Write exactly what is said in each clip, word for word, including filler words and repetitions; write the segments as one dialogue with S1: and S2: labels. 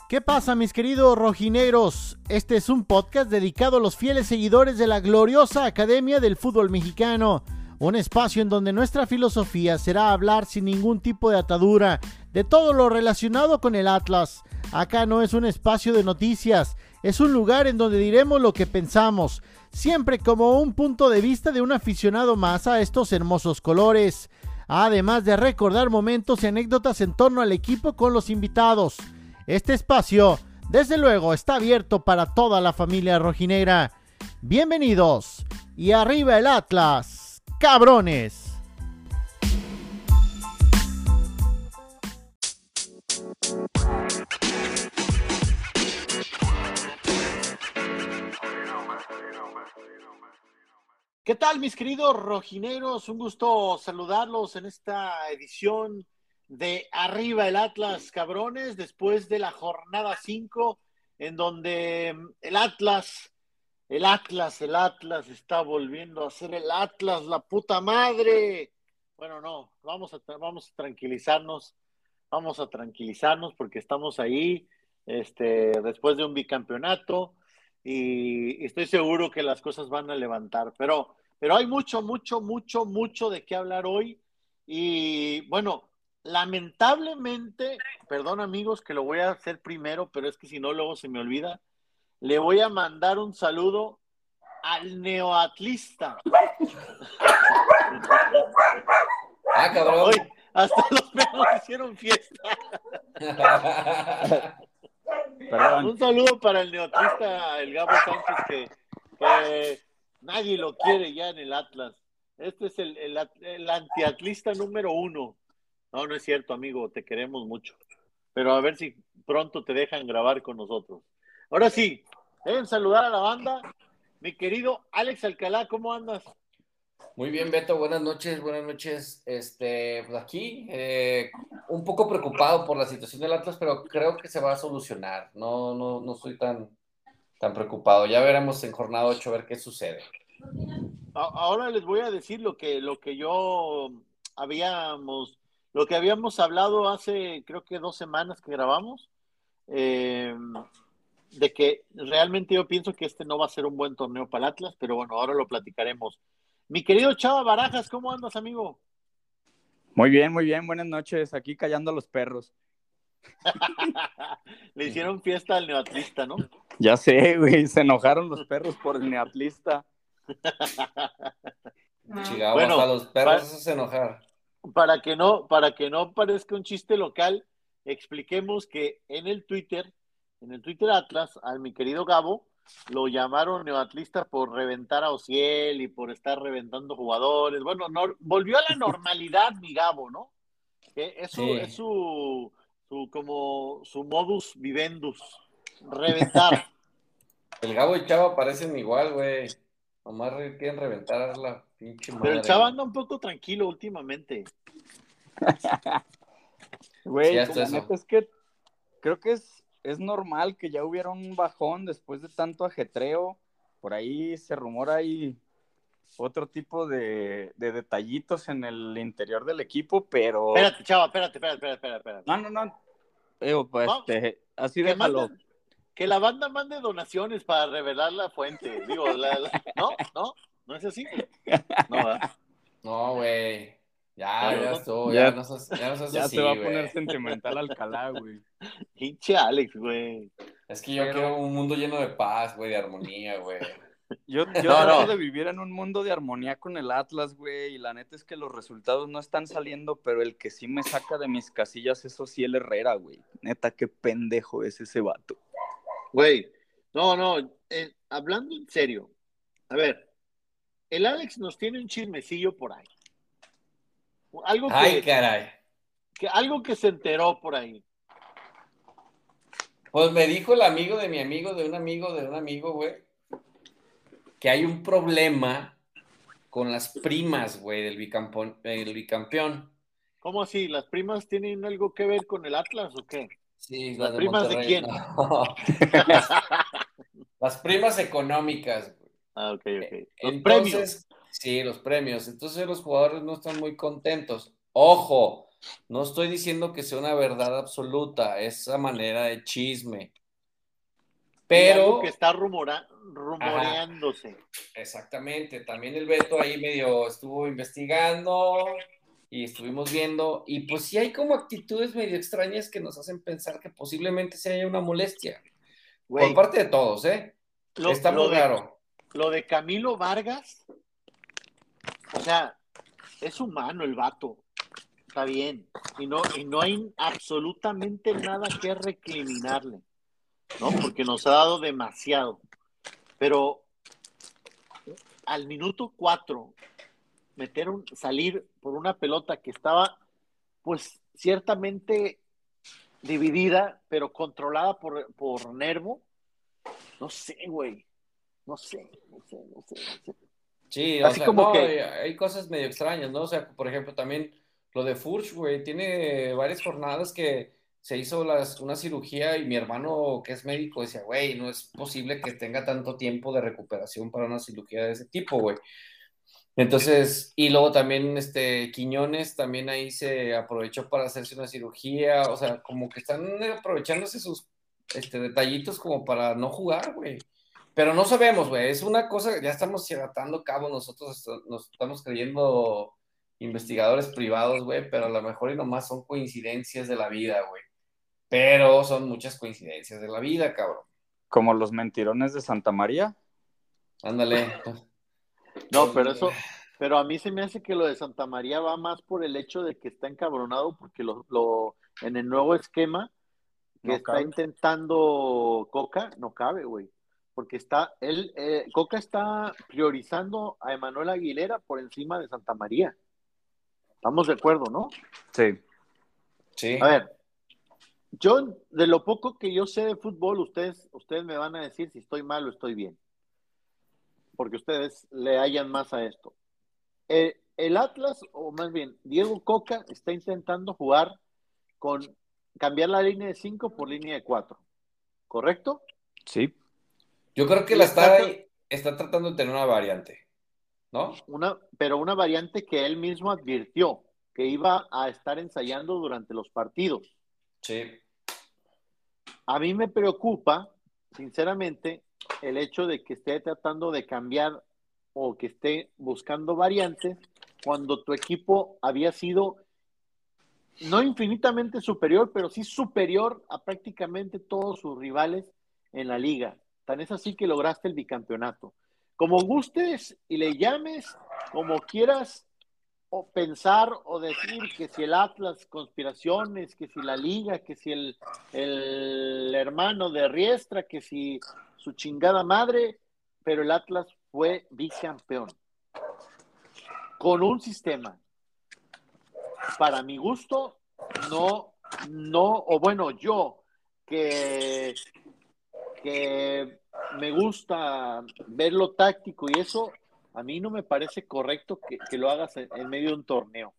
S1: ¿Qué pasa, mis queridos rojinegros? Este es un podcast dedicado a los fieles seguidores de la gloriosa Academia del Fútbol Mexicano, un espacio en donde nuestra filosofía será hablar sin ningún tipo de atadura de todo lo relacionado con el Atlas. Acá no es un espacio de noticias, es un lugar en donde diremos lo que pensamos, siempre como un punto de vista de un aficionado más a estos hermosos colores, además de recordar momentos y anécdotas en torno al equipo con los invitados. Este espacio, desde luego, está abierto para toda la familia rojinegra. Bienvenidos y arriba el Atlas, cabrones. ¿Qué tal, mis queridos rojinegros? Un gusto saludarlos en esta edición de Arriba el Atlas, cabrones, después de la jornada cinco, en donde el Atlas, el Atlas, el Atlas está volviendo a ser el Atlas, la puta madre. Bueno, no, vamos a, vamos a tranquilizarnos, vamos a tranquilizarnos porque estamos ahí, este, después de un bicampeonato, y, y estoy seguro que las cosas van a levantar, pero, pero hay mucho, mucho, mucho, mucho de qué hablar hoy, y bueno, lamentablemente, perdón amigos que lo voy a hacer primero, pero es que si no luego se me olvida, le voy a mandar un saludo al neoatlista.
S2: Ah, cabrón.
S1: Hoy hasta los perros hicieron fiesta. Perdón. Un saludo para el neoatlista, el Gabo Sánchez, que, que nadie lo quiere ya en el Atlas. Este es el, el, el antiatlista número uno. No, no es cierto, amigo, te queremos mucho. Pero a ver si pronto te dejan grabar con nosotros. Ahora sí, deben saludar a la banda. Mi querido Alex Alcalá, ¿cómo andas?
S2: Muy bien, Beto, buenas noches, buenas noches. Este, pues aquí, eh, un poco preocupado por la situación del Atlas, pero creo que se va a solucionar. No, no, no estoy tan, tan preocupado. Ya veremos en jornada ocho a ver qué sucede.
S1: Ahora les voy a decir lo que, lo que yo habíamos, lo que habíamos hablado hace, creo que dos semanas que grabamos, eh, de que realmente yo pienso que este no va a ser un buen torneo para el Atlas, pero bueno, ahora lo platicaremos. Mi querido Chava Barajas, ¿cómo andas, amigo?
S3: Muy bien, muy bien, buenas noches, aquí callando a los perros.
S1: Le hicieron fiesta al neoatlista, ¿no?
S3: Ya sé, güey, se enojaron los perros por el neoatlista.
S2: Chigamos,
S1: bueno,
S2: a los perros para, se enojar.
S1: Para que no, para que no parezca un chiste local, expliquemos que en el Twitter, en el Twitter Atlas, a mi querido Gabo, lo llamaron neoatlista por reventar a Ociel y por estar reventando jugadores. Bueno, no, volvió a la normalidad mi Gabo, ¿no? Que es su, sí. es su, su como su modus vivendus, reventar.
S2: El Gabo y Chava parecen igual, güey. Nomás quieren reventar la pinche madre.
S1: Pero el Chava anda un poco tranquilo últimamente.
S3: Güey, sí, la neta es que creo que es, es normal que ya hubiera un bajón después de tanto ajetreo. Por ahí se rumora ahí otro tipo de, de detallitos en el interior del equipo, pero...
S1: Espérate, Chava, espérate, espérate, espérate, espérate.
S3: No, no, no. Eh, pues, este, así déjalo.
S1: Manden, que la banda mande donaciones para revelar la fuente. Digo, la, la, ¿no? ¿No? ¿No es así? No, ¿verdad?
S2: No, güey. Ya, no, ya estuvo,
S3: ya,
S2: ya no sos, ya no sos
S3: ya
S2: así,
S3: se va a
S2: wey.
S3: poner sentimental Alcalá, güey.
S1: Hinche Alex, güey.
S2: Es que yo Pero... quiero un mundo lleno de paz, güey, de armonía, güey.
S3: Yo, yo no, trato no. de vivir en un mundo de armonía con el Atlas, güey, y la neta es que los resultados no están saliendo, pero el que sí me saca de mis casillas es Ociel Herrera, güey. Neta, qué pendejo es ese vato.
S1: Güey, no, no, eh, hablando en serio, a ver, el Alex nos tiene un chismecillo por ahí. Algo que,
S2: Ay, caray.
S1: Que, algo que se enteró por ahí.
S2: Pues me dijo el amigo de mi amigo, de un amigo, de un amigo, güey, que hay un problema con las primas, güey, del bicampeón, del bicampeón.
S1: ¿Cómo así? ¿Las primas tienen algo que ver con el Atlas o qué?
S2: Sí,
S1: ¿Las
S2: de
S1: primas
S2: Monterrey,
S1: de quién?
S2: No. las, las primas económicas, güey.
S1: Ah, ok, ok. Los
S2: Entonces,
S1: premios.
S2: Sí, los premios. Entonces los jugadores no están muy contentos. Ojo, No estoy diciendo que sea una verdad absoluta, es a manera de chisme. Pero...
S1: algo que está rumora, rumoreándose.
S2: Ajá, exactamente. También el Beto ahí medio estuvo investigando y estuvimos viendo. Y pues sí hay como actitudes medio extrañas que nos hacen pensar que posiblemente se haya una molestia.
S1: Güey,
S2: por parte de todos, ¿eh?
S1: Lo,
S2: Está
S1: lo
S2: muy
S1: de,
S2: raro.
S1: Lo de Camilo Vargas, o sea, es humano el vato. Está bien. Y no, y no hay absolutamente nada que recriminarle, ¿no? Porque nos ha dado demasiado. Pero al minuto cuatro, meter un, salir por una pelota que estaba, pues, ciertamente dividida, pero controlada por, por Nervo, no sé, güey. No sé, no sé, no sé, no sé.
S2: Sí, o
S1: Así
S2: sea,
S1: como
S2: no,
S1: que...
S2: hay cosas medio extrañas, ¿no? O sea, por ejemplo, también lo de Furch, güey, tiene varias jornadas que se hizo las, una cirugía y mi hermano, que es médico, decía, güey, no es posible que tenga tanto tiempo de recuperación para una cirugía de ese tipo, güey. Entonces, y luego también, este, Quiñones también ahí se aprovechó para hacerse una cirugía, o sea, como que están aprovechándose sus, este, detallitos como para no jugar, güey. Pero no sabemos, güey, es una cosa, ya estamos atando cabo nosotros, nos estamos creyendo investigadores privados, güey, pero a lo mejor y nomás son coincidencias de la vida, güey. Pero son muchas coincidencias de la vida, cabrón.
S3: Como los mentirones de Santa María.
S2: Ándale.
S1: No, pero eso, pero a mí se me hace que lo de Santa María va más por el hecho de que está encabronado porque lo, lo en el nuevo esquema que
S3: No
S1: está
S3: cabe.
S1: intentando Coca, no cabe, güey. Porque está, él, eh, Coca está priorizando a Emanuel Aguilera por encima de Santa María. Estamos de acuerdo, ¿no?
S3: Sí.
S2: Sí.
S1: A ver, yo, de lo poco que yo sé de fútbol, ustedes, ustedes me van a decir si estoy mal o estoy bien. Porque ustedes le hallan más a esto. Eh, el Atlas, o más bien, Diego Coca está intentando jugar con cambiar la línea de cinco por línea de cuatro, ¿correcto?
S3: Sí.
S2: Yo creo que
S1: Y
S2: la está,
S1: está
S2: está tratando de tener una variante, ¿no?
S1: una, pero una variante que él mismo advirtió que iba a estar ensayando durante los partidos.
S2: Sí.
S1: A mí me preocupa, sinceramente, el hecho de que esté tratando de cambiar o que esté buscando variantes cuando tu equipo había sido no infinitamente superior, pero sí superior a prácticamente todos sus rivales en la liga. Tan es así que lograste el bicampeonato. Como gustes y le llames, como quieras o pensar o decir que si el Atlas conspiraciones, que si la liga, que si el, el hermano de Riestra, que si su chingada madre, pero el Atlas fue bicampeón. Con un sistema, para mi gusto, no, no, o bueno, yo, que, que me gusta ver lo táctico y eso, a mí no me parece correcto que, que lo hagas en, en medio de un torneo.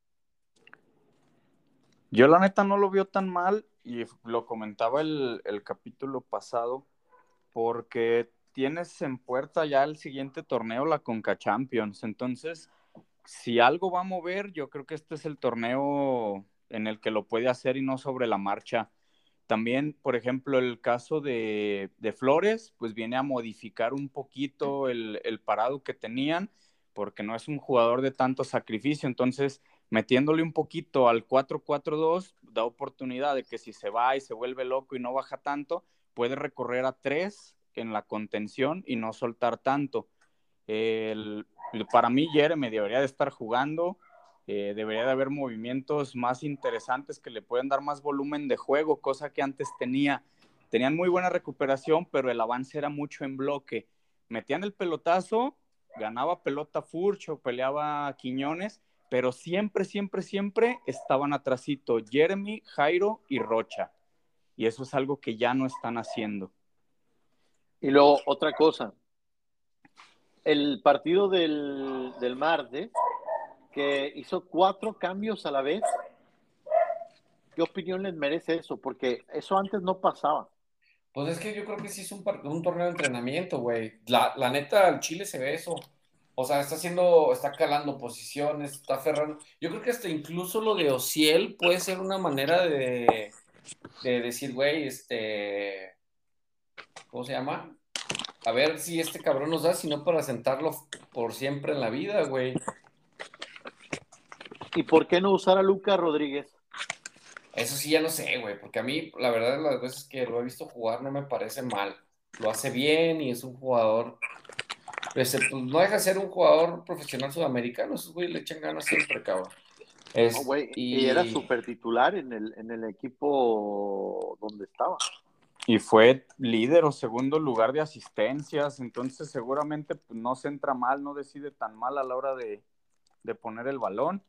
S3: Yo la neta no lo veo tan mal y lo comentaba el, el capítulo pasado porque tienes en puerta ya el siguiente torneo, la Conca Champions. Entonces, si algo va a mover, yo creo que este es el torneo en el que lo puede hacer y no sobre la marcha. También, por ejemplo, el caso de, de Flores, pues viene a modificar un poquito el, el parado que tenían, porque no es un jugador de tanto sacrificio. Entonces, metiéndole un poquito al cuatro cuatro dos, da oportunidad de que si se va y se vuelve loco y no baja tanto, puede recorrer a tres en la contención y no soltar tanto. El, para mí, Jeremy debería de estar jugando. Eh, debería de haber movimientos más interesantes que le pueden dar más volumen de juego, cosa que antes tenía. Tenían muy buena recuperación, pero el avance era mucho en bloque. Metían el pelotazo, ganaba pelota Furch o peleaba Quiñones, pero siempre, siempre, siempre estaban atrasito Jeremy, Jairo y Rocha. Y eso es algo que ya no están haciendo.
S1: Y luego, otra cosa, el partido del, del martes, que hizo cuatro cambios a la vez, ¿qué opinión les merece eso? Porque eso antes no pasaba.
S2: Pues es que yo creo que sí es un, un torneo de entrenamiento, güey. La, la neta, al Chile se ve eso. O sea, está haciendo, está calando posiciones, está aferrando. Yo creo que hasta incluso lo de Ociel puede ser una manera de, de decir, güey, este, ¿cómo se llama? A ver si este cabrón nos da, sino para sentarlo por siempre en la vida, güey.
S1: ¿Y por qué no usar a Lucas Rodríguez?
S2: Eso sí, ya no sé, güey, porque a mí, la verdad, las veces que lo he visto jugar no me parece mal. Lo hace bien y es un jugador, pues, pues no deja de ser un jugador profesional sudamericano. Esos güey le echan ganas siempre, cabrón.
S1: No,
S2: Es,
S1: güey, y era
S2: y
S1: súper titular en el, en el equipo donde estaba.
S3: Y fue líder o segundo lugar de asistencias, entonces seguramente pues, no se entra mal, no decide tan mal a la hora de, de poner el balón.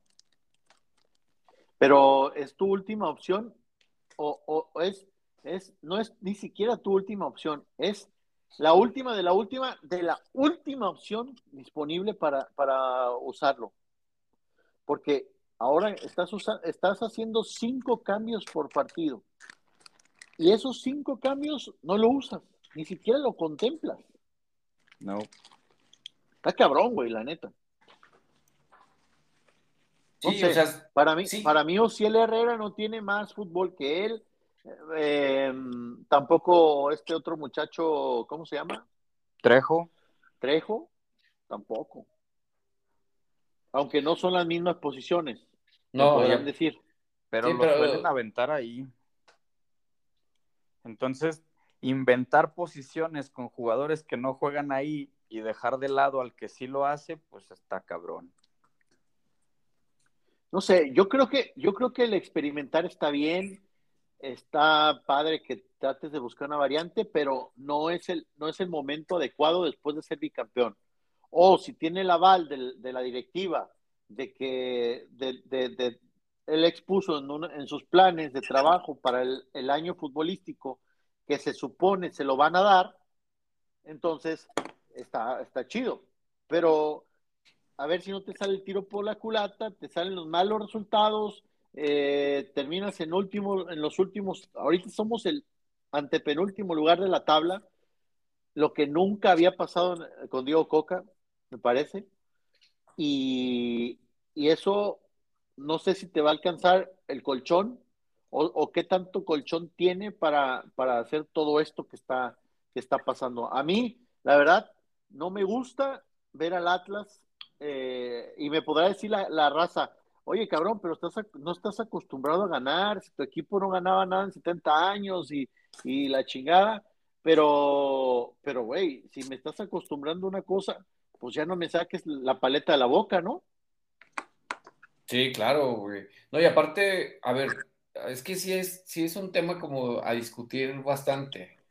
S1: Pero ¿es tu última opción? O, o, o es, es, no es ni siquiera tu última opción, es la última de la última de la última opción disponible para, para usarlo. Porque ahora estás, usa, estás haciendo cinco cambios por partido. Y esos cinco cambios no lo usas, ni siquiera lo contemplas.
S3: No.
S1: Está cabrón, güey, la neta. No
S2: sí, o
S1: sé,
S2: sea,
S1: para mí,
S2: sí,
S1: para mí Ociel Herrera no tiene más fútbol que él. Eh, tampoco este otro muchacho, ¿cómo se llama?
S3: Trejo.
S1: Trejo, tampoco. Aunque no son las mismas posiciones, me
S2: no,
S1: podrán
S2: ya,
S1: decir.
S3: Pero
S2: sí,
S3: lo suelen
S2: pero
S3: aventar ahí. Entonces, inventar posiciones con jugadores que no juegan ahí y dejar de lado al que sí lo hace, pues está cabrón.
S1: No sé, yo creo que, yo creo que el experimentar está bien, está padre que trates de buscar una variante, pero no es el, no es el momento adecuado después de ser bicampeón. O si tiene el aval de, de la directiva de que de, de, de, él expuso en, una, en, sus planes de trabajo para el, el año futbolístico que se supone se lo van a dar, entonces está, está chido. Pero a ver si no te sale el tiro por la culata, te salen los malos resultados, eh, terminas en último, en los últimos, ahorita somos el antepenúltimo lugar de la tabla, lo que nunca había pasado con Diego Coca, me parece, y, y eso no sé si te va a alcanzar el colchón o, o qué tanto colchón tiene para, para hacer todo esto que está, que está pasando. A mí, la verdad, no me gusta ver al Atlas eh, y me podrá decir la, la raza, oye cabrón, pero estás, no estás acostumbrado a ganar, si tu equipo no ganaba nada en setenta años y, y la chingada, pero, pero güey, si me estás acostumbrando a una cosa, pues ya no me saques la paleta de la boca, ¿no?
S2: sí, claro, güey. No, y aparte, a ver, es que sí es, sí es un tema como a discutir bastante.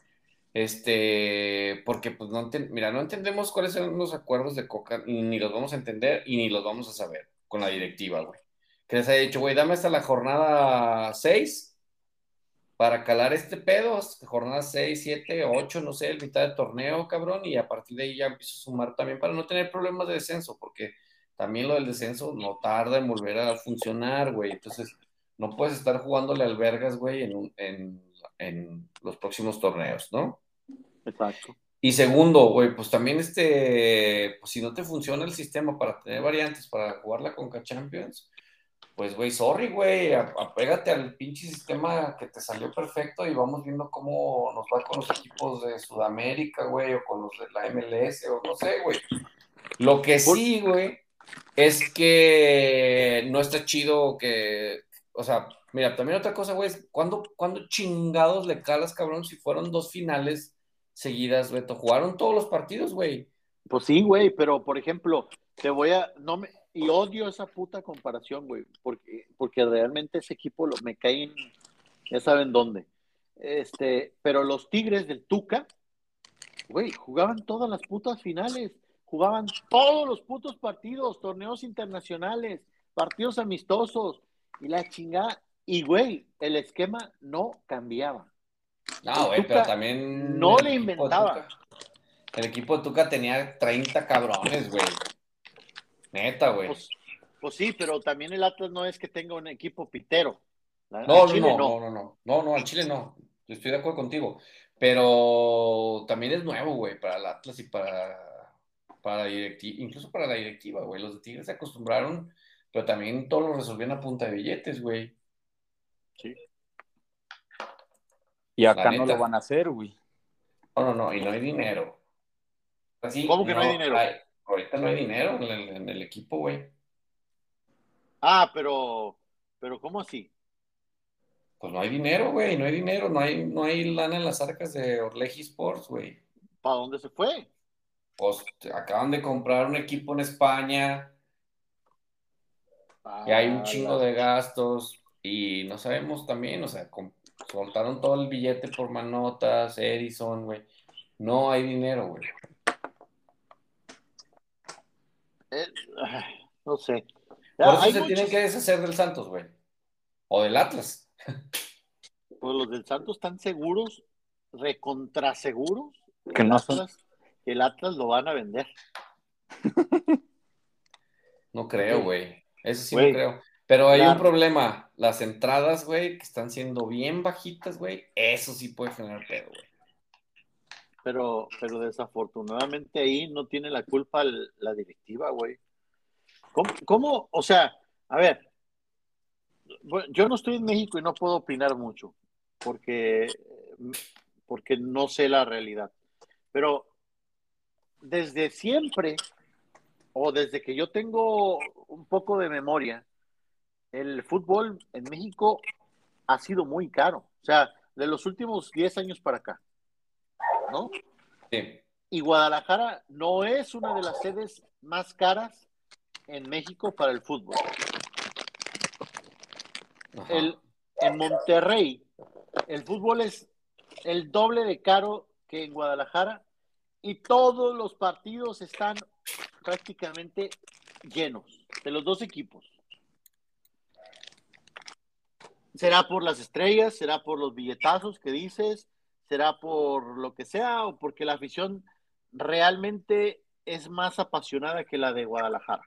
S2: Este, porque pues no, enten- mira, no entendemos cuáles son los acuerdos de Coca, y ni los vamos a entender y ni los vamos a saber con la directiva, güey. Que les haya dicho, güey, dame hasta la jornada seis para calar este pedo, hasta jornada seis, siete, ocho, no sé, el mitad de torneo, cabrón, y a partir de ahí ya empiezo a sumar también para no tener problemas de descenso, porque también lo del descenso no tarda en volver a funcionar, güey. Entonces, no puedes estar jugándole albergas, güey, en, un- en, en los próximos torneos, ¿no?
S1: Exacto.
S2: Y segundo, güey, pues también este, pues si no te funciona el sistema para tener variantes para jugar la Conca Champions, pues güey, sorry, güey, a- apégate al pinche sistema que te salió perfecto y vamos viendo cómo nos va con los equipos de Sudamérica, güey, o con los de la M L S, o no sé, güey. Lo que
S1: Por,
S2: sí, güey, es que no está chido que, o sea, mira, también otra cosa, güey, es ¿cuándo, cuándo chingados le calas, cabrón, si fueron dos finales seguidas, Beto? Jugaron todos los partidos, güey.
S1: pues sí, güey, pero por ejemplo, te voy a, no me, y odio esa puta comparación, güey, porque, porque realmente ese equipo lo, me caen, ya saben dónde. Este, pero los Tigres del Tuca, güey, jugaban todas las putas finales, jugaban todos los putos partidos, torneos internacionales, partidos amistosos, y la chingada, y güey, el esquema no cambiaba.
S2: No,
S1: El
S2: güey, pero
S1: Tuca
S2: también
S1: no
S2: el
S1: le
S2: equipo de
S1: inventaba.
S2: Tuca, el equipo de Tuca tenía treinta cabrones, güey. Neta, güey.
S1: Pues, pues sí, pero también el Atlas no es que tenga un equipo pitero. Al
S2: No, no,
S1: Chile
S2: no, no,
S1: no.
S2: no, no, no, no, al Chile no. Yo estoy de acuerdo contigo. Pero también es nuevo, güey, para el Atlas y para, para directi- incluso para la directiva, güey. Los de Tigres se acostumbraron, pero también todo lo resolvían a punta de billetes, güey.
S1: Sí.
S3: Y acá no lo van a hacer, güey.
S2: No, no, no, y no hay dinero. Así,
S1: ¿Cómo que no,
S2: no
S1: hay dinero?
S2: Hay, ahorita no hay dinero en el, en el equipo, güey.
S1: Ah, pero, pero ¿cómo así?
S2: Pues no hay dinero, güey, no hay dinero, no hay, no hay lana en las arcas de Orleji Sports, güey.
S1: ¿Para dónde se fue?
S2: Pues acaban de comprar un equipo en España, y hay un
S1: Ah,
S2: chingo
S1: la...
S2: de gastos, y no sabemos también, o sea, com- soltaron todo el billete por manotas, Edison, güey. No hay dinero, güey.
S1: eh, ay, no sé.
S2: Por
S1: Ya,
S2: eso
S1: hay
S2: se tienen
S1: muchos,
S2: que deshacer del Santos, güey. O del Atlas.
S1: pues los del Santos están seguros, recontraseguros,
S3: Que
S1: que el
S3: no son.
S1: Atlas, que el Atlas lo van a vender.
S2: No creo,
S1: Sí,
S2: güey. Eso sí no
S1: güey,
S2: creo. Pero hay un
S1: la,
S2: problema. Las entradas, güey, que están siendo bien bajitas, güey. Eso sí puede generar pedo, güey.
S1: pero, pero desafortunadamente ahí no tiene la culpa el- la directiva, güey. ¿Cómo, cómo? O sea, a ver, bueno, yo no estoy en México y no puedo opinar mucho, porque, porque no sé la realidad. Pero desde siempre, o desde que yo tengo un poco de memoria, el fútbol en México ha sido muy caro. O sea, de los últimos diez años para acá, ¿no?
S2: Sí.
S1: Y Guadalajara no es una de las sedes más caras en México para el fútbol.
S2: Ajá.
S1: El, en Monterrey, el fútbol es el doble de caro que en Guadalajara y todos los partidos están prácticamente llenos de los dos equipos. ¿Será por las estrellas? ¿Será por los billetazos que dices? ¿Será por lo que sea? ¿O porque la afición realmente es más apasionada que la de Guadalajara?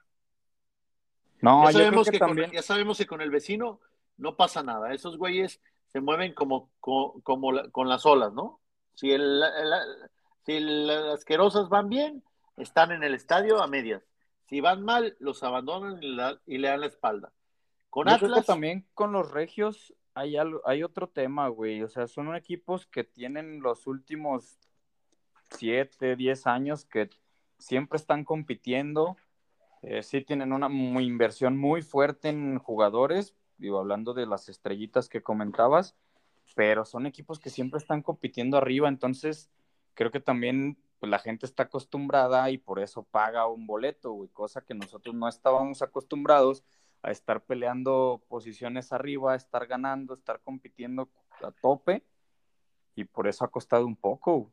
S1: Ya
S3: No, yo creo
S1: sabemos
S3: que
S1: que con,
S3: también.
S1: ya sabemos que con el vecino no pasa nada. Esos güeyes se mueven como, como, como la, con las olas, ¿no? Si, el, el, si las asquerosas van bien, están en el estadio a medias. Si van mal, los abandonan y, la, y le dan la espalda. Con
S3: Yo creo que
S1: Atlas,
S3: también con los Regios hay algo, hay otro tema, güey. O sea, son equipos que tienen los últimos siete, diez años que siempre están compitiendo. Eh, sí tienen una muy, inversión muy fuerte en jugadores, digo, hablando de las estrellitas que comentabas, pero son equipos que siempre están compitiendo arriba, entonces creo que también pues, la gente está acostumbrada y por eso paga un boleto, güey, cosa que nosotros no estábamos acostumbrados a estar peleando posiciones arriba, a estar ganando, estar compitiendo a tope, y por eso ha costado un poco.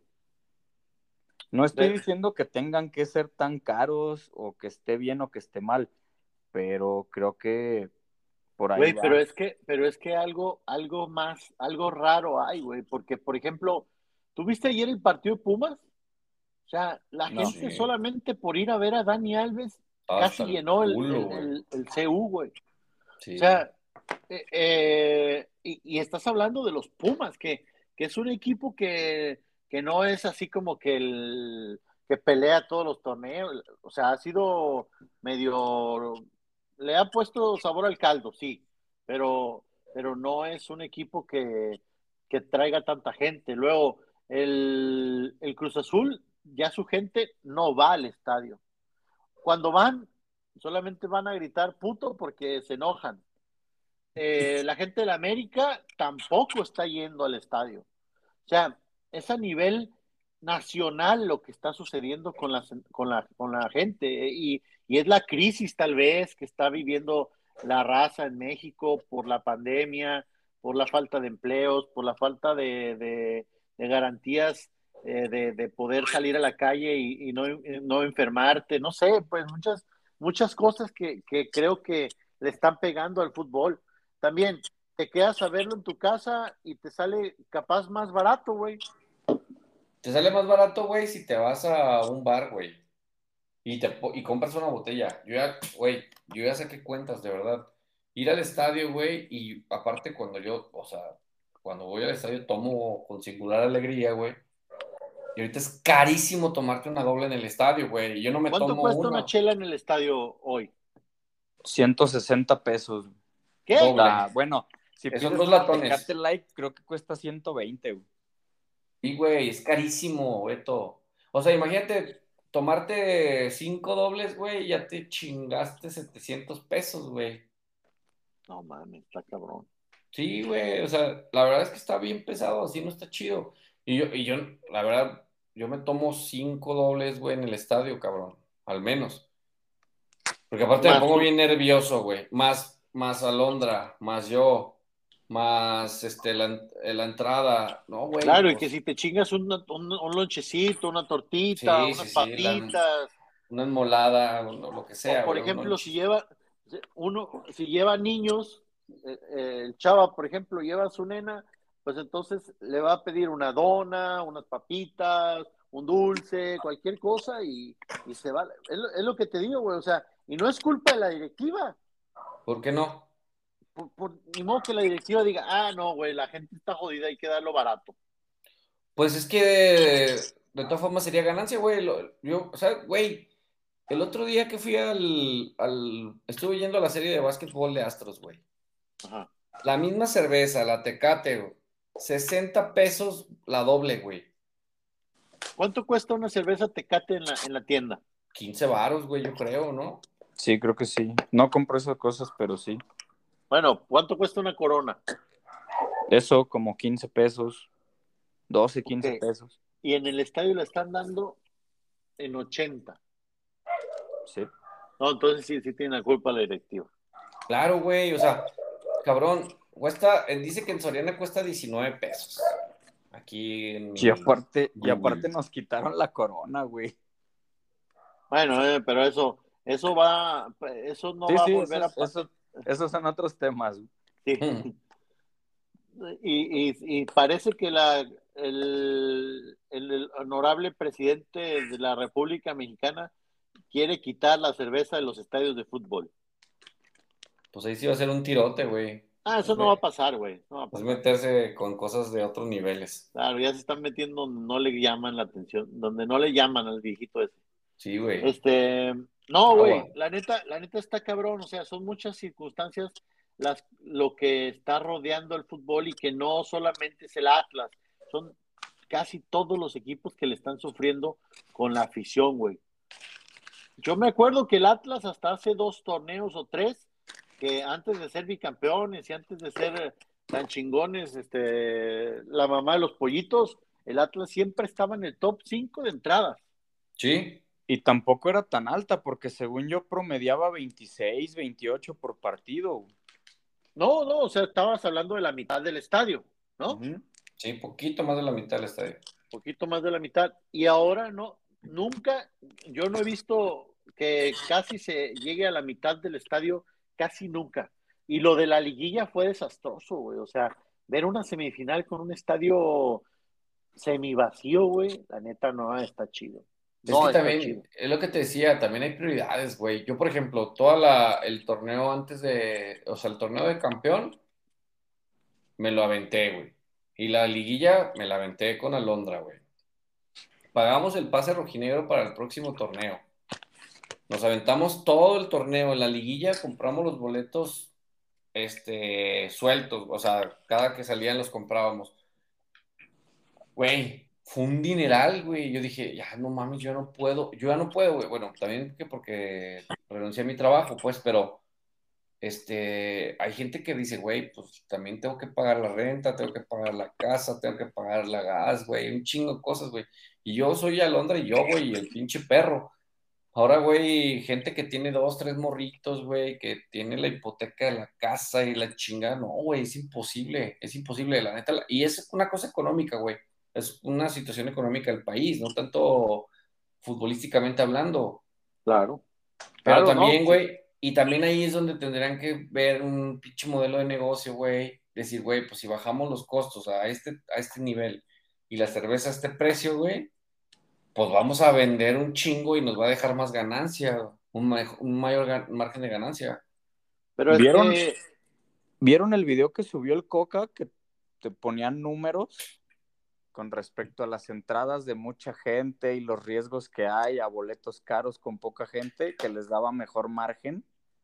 S3: No estoy
S1: de,
S3: diciendo que tengan que ser tan caros o que esté bien o que esté mal, pero creo que por ahí
S1: güey, pero
S3: va.
S1: es que, pero es que algo, algo más, algo raro hay, güey, porque, por ejemplo, ¿tuviste ayer el partido de Pumas? O sea, la
S3: No.
S1: gente
S2: Sí.
S1: solamente por ir a ver a Dani Alves
S2: Hasta
S1: casi
S2: el
S1: llenó el,
S2: culo,
S1: el,
S2: güey.
S1: el, el C U, güey. O
S2: Sí, güey.
S1: sea, eh, eh, y, y, estás hablando de los Pumas, que, que es un equipo que, que no es así como que el que pelea todos los torneos. O sea, ha sido medio, le ha puesto sabor al caldo, sí, pero, pero no es un equipo que, que traiga tanta gente. Luego, el, el Cruz Azul, ya su gente no va al estadio. Cuando van, solamente van a gritar puto porque se enojan. Eh, la gente de la América tampoco está yendo al estadio. O sea, es a nivel nacional lo que está sucediendo con la, con la, con la gente y, y es la crisis tal vez que está viviendo la raza en México por la pandemia, por la falta de empleos, por la falta de, de, de garantías eh, de, de, poder salir a la calle y, y no, no, enfermarte, no sé, pues muchas, muchas cosas que, que creo que le están pegando al fútbol. También te quedas a verlo en tu casa y te sale capaz más barato, güey.
S2: Te sale más barato, güey, si te vas a un bar, güey. Y, te, y compras una botella. Yo ya, güey, yo ya saqué cuentas, de verdad. Ir al estadio, güey, y aparte cuando yo, o sea, cuando voy al estadio tomo con singular alegría, güey. Y ahorita es carísimo tomarte una doble en el estadio, güey. Yo no me
S1: ¿Cuánto
S2: tomo
S1: cuesta
S2: una.
S1: una chela en el estadio hoy?
S3: ciento sesenta pesos.
S1: ¿Qué?
S2: Doble.
S3: Ah, bueno, si
S2: Son
S3: pides
S2: dos
S3: una
S2: latones.
S3: Tecate Light, creo que cuesta ciento veinte, güey.
S2: Sí, güey, es carísimo, Beto. O sea, imagínate tomarte cinco dobles, güey, y ya te chingaste setecientos pesos, güey.
S1: No mames, está cabrón.
S2: Sí, güey, o sea, la verdad es que está bien pesado, así no está chido. Y yo, y yo, la verdad, yo me tomo cinco dobles, güey, en el estadio, cabrón, al menos. Porque aparte me
S1: Más
S2: pongo
S1: tú.
S2: bien nervioso, güey. Más, más Alondra, más yo, más este, la, la entrada. No, güey,
S1: Claro, y que
S2: pues
S1: si te chingas un, un, un lonchecito, una tortita,
S2: sí,
S1: unas
S2: sí, sí, la,
S1: papitas,
S2: una enmolada, o lo que
S1: o
S2: sea,
S1: por
S2: güey, un
S1: ejemplo, si
S2: lonche.
S1: lleva uno, si lleva niños, eh, eh, el chava, por ejemplo, lleva a su nena, pues entonces le va a pedir una dona, unas papitas, un dulce, cualquier cosa y, y se va. Es lo, es lo que te digo, güey, o sea, y no es culpa de la directiva.
S2: ¿Por qué no?
S1: Por, por, ni modo que la directiva diga, ah, no, güey, la gente está jodida, hay que darlo barato.
S2: Pues es que de, de todas formas sería ganancia, güey. Lo- Yo, o sea, güey, el otro día que fui al, al, estuve yendo a la serie de básquetbol de Astros, güey.
S1: Ajá.
S2: La misma cerveza, la Tecate, güey. sesenta pesos la doble, güey.
S1: ¿Cuánto cuesta una cerveza Tecate en la, en la tienda?
S2: quince varos, güey, yo creo, ¿no?
S3: Sí, creo que sí. No compro esas cosas, pero sí.
S1: Bueno, ¿cuánto cuesta una Corona?
S3: Eso, como quince pesos, doce,
S1: Ok.
S3: quince pesos.
S1: Y en el estadio la están dando en ochenta.
S3: Sí.
S1: No, entonces sí, sí tiene la culpa la directiva.
S2: Claro, güey, o sea, cabrón, cuesta, eh, dice que en Soriana cuesta diecinueve pesos. Aquí en
S3: Y
S2: mi
S3: aparte, y
S2: Google.
S3: aparte nos quitaron la Corona, güey.
S1: Bueno, eh, pero eso, eso va, eso no
S3: Sí,
S1: va a
S3: sí,
S1: volver a
S3: esos,
S1: pasar.
S3: esos, esos son otros temas.
S1: Sí.
S2: Mm.
S1: Y, y, y parece que la, el, el, el honorable presidente de la República Mexicana quiere quitar la cerveza de los estadios de fútbol.
S2: Pues ahí sí va a ser un tirote, güey.
S1: Ah,
S2: Es,
S1: eso no va a
S2: me-
S1: pasar, güey. No va a
S2: es
S1: pasar.
S2: meterse con cosas de otros niveles.
S1: Claro, ya se están metiendo donde no le llaman la atención, donde no le llaman al viejito ese.
S2: Sí, güey.
S1: Este, no,
S2: Agua.
S1: güey, la neta, la neta está cabrón, o sea, son muchas circunstancias las, lo que está rodeando el fútbol y que no solamente es el Atlas, son casi todos los equipos que le están sufriendo con la afición, güey. Yo me acuerdo que el Atlas hasta hace dos torneos o tres, que antes de ser bicampeones y antes de ser eh, tan chingones, este, la mamá de los pollitos, el Atlas siempre estaba en el top cinco de entradas.
S2: Sí.
S3: Y tampoco era tan alta, porque según yo promediaba veintiséis, veintiocho por partido.
S1: No, no, o sea, estabas hablando de la mitad del estadio, ¿no?
S3: Uh-huh.
S2: Sí, poquito más de la mitad del estadio.
S1: Poquito más de la mitad. Y ahora no, nunca, yo no he visto que casi se llegue a la mitad del estadio, casi nunca. Y lo de la liguilla fue desastroso, güey. O sea, ver una semifinal con un estadio semivacío, güey, la neta no está chido.
S2: Es
S1: No
S2: que
S1: está
S2: también,
S1: chido.
S2: es lo que te decía, también hay prioridades, güey. Yo, por ejemplo, toda la, el torneo antes de, o sea, el torneo de campeón, me lo aventé, güey. Y la liguilla, me la aventé con Alondra, güey. Pagamos el pase rojinegro para el próximo torneo. Nos aventamos todo el torneo. En la liguilla compramos los boletos, este, sueltos. O sea, cada que salían los comprábamos. Güey, fue un dineral, güey. Yo dije, ya no mames, yo no puedo, yo ya no puedo, güey. Bueno, también que porque renuncié a mi trabajo, pues, pero este, hay gente que dice, güey, pues también tengo que pagar la renta, tengo que pagar la casa, tengo que pagar la gas, güey, un chingo de cosas, güey. Y yo soy Alondra y yo, güey, y el pinche perro. Ahora, güey, gente que tiene dos, tres morritos, güey, que tiene la hipoteca de la casa y la chingada, no, güey, es imposible, es imposible, la neta. la- Y es una cosa económica, güey, es una situación económica del país, no tanto futbolísticamente hablando.
S1: Claro,
S2: Pero
S1: claro, no,
S2: también,
S1: sí.
S2: güey, y también ahí es donde tendrían que ver un pinche modelo de negocio, güey, decir, güey, pues si bajamos los costos a este, a este nivel y la cerveza a este precio, güey, pues vamos a vender un chingo y nos va a dejar más ganancia, un, ma- un mayor ga- margen de ganancia.
S1: Pero es
S3: ¿Vieron,
S1: que,
S3: ¿Vieron el video que subió el Coca que te ponían números? con respecto a las entradas de mucha gente y los riesgos que hay a boletos caros con poca gente, que les daba mejor margen.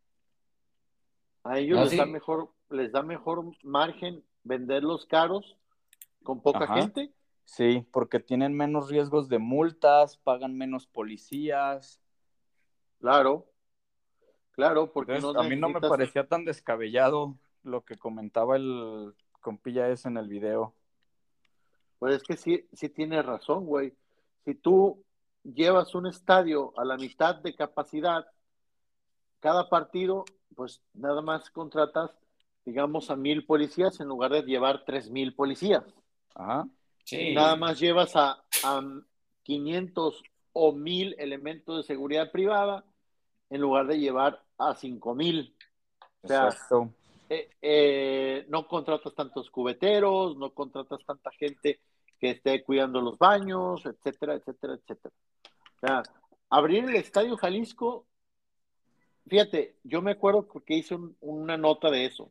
S1: A ellos
S2: ¿Ah,
S1: les
S2: sí?
S1: da mejor, les da mejor margen venderlos caros con poca
S3: Ajá.
S1: gente.
S3: Sí, porque tienen menos riesgos de multas, pagan menos policías.
S1: Claro, claro, porque
S3: Entonces,
S1: no
S3: a mí no me
S1: necesitas.
S3: parecía tan descabellado lo que comentaba el compilla ese en el video.
S1: Pues es que sí, sí tienes razón, güey. Si tú llevas un estadio a la mitad de capacidad, cada partido, pues nada más contratas, digamos, a mil policías en lugar de llevar tres mil policías.
S3: Ajá.
S1: Nada
S2: Sí.
S1: más llevas a, a quinientos o mil elementos de seguridad privada en lugar de llevar a cinco mil. O sea,
S3: Exacto.
S1: eh, eh, no contratas tantos cubeteros, no contratas tanta gente que esté cuidando los baños, etcétera, etcétera, etcétera. O sea, abrir el Estadio Jalisco, fíjate, yo me acuerdo porque hice un, una nota de eso.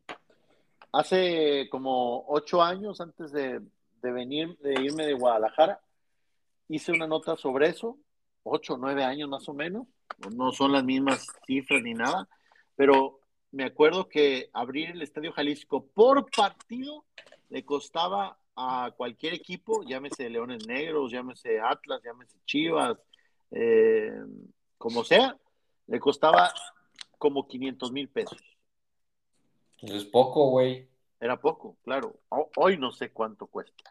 S1: Hace como ocho años antes de, de venir, de irme de Guadalajara, hice una nota sobre eso, ocho, nueve años más o menos, no son las mismas cifras ni nada, pero me acuerdo que abrir el Estadio Jalisco por partido le costaba a cualquier equipo, llámese Leones Negros, llámese Atlas, llámese Chivas, eh, como sea, le costaba como quinientos mil pesos.
S2: Pues es poco, güey.
S1: Era poco, claro. Hoy no sé cuánto cuesta.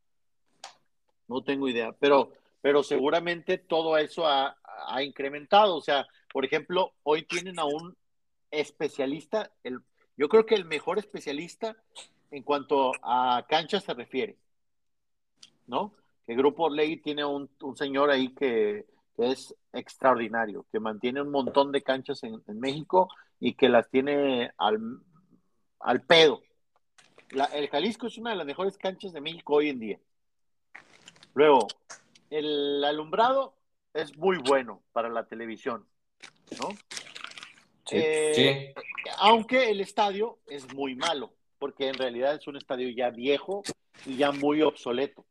S1: No tengo idea, pero, pero seguramente todo eso ha, ha incrementado. O sea, por ejemplo, hoy tienen a un especialista, el, yo creo que el mejor especialista en cuanto a canchas se refiere, ¿no? Que Grupo Orlegui tiene un, un señor ahí que, que, es extraordinario, que mantiene un montón de canchas en, en México y que las tiene al, al pedo. La, el Jalisco es una de las mejores canchas de México hoy en día. Luego, el alumbrado es muy bueno para la televisión, ¿no?
S2: Sí,
S1: Eh,
S2: sí.
S1: aunque el estadio es muy malo, porque en realidad es un estadio ya viejo y ya muy obsoleto.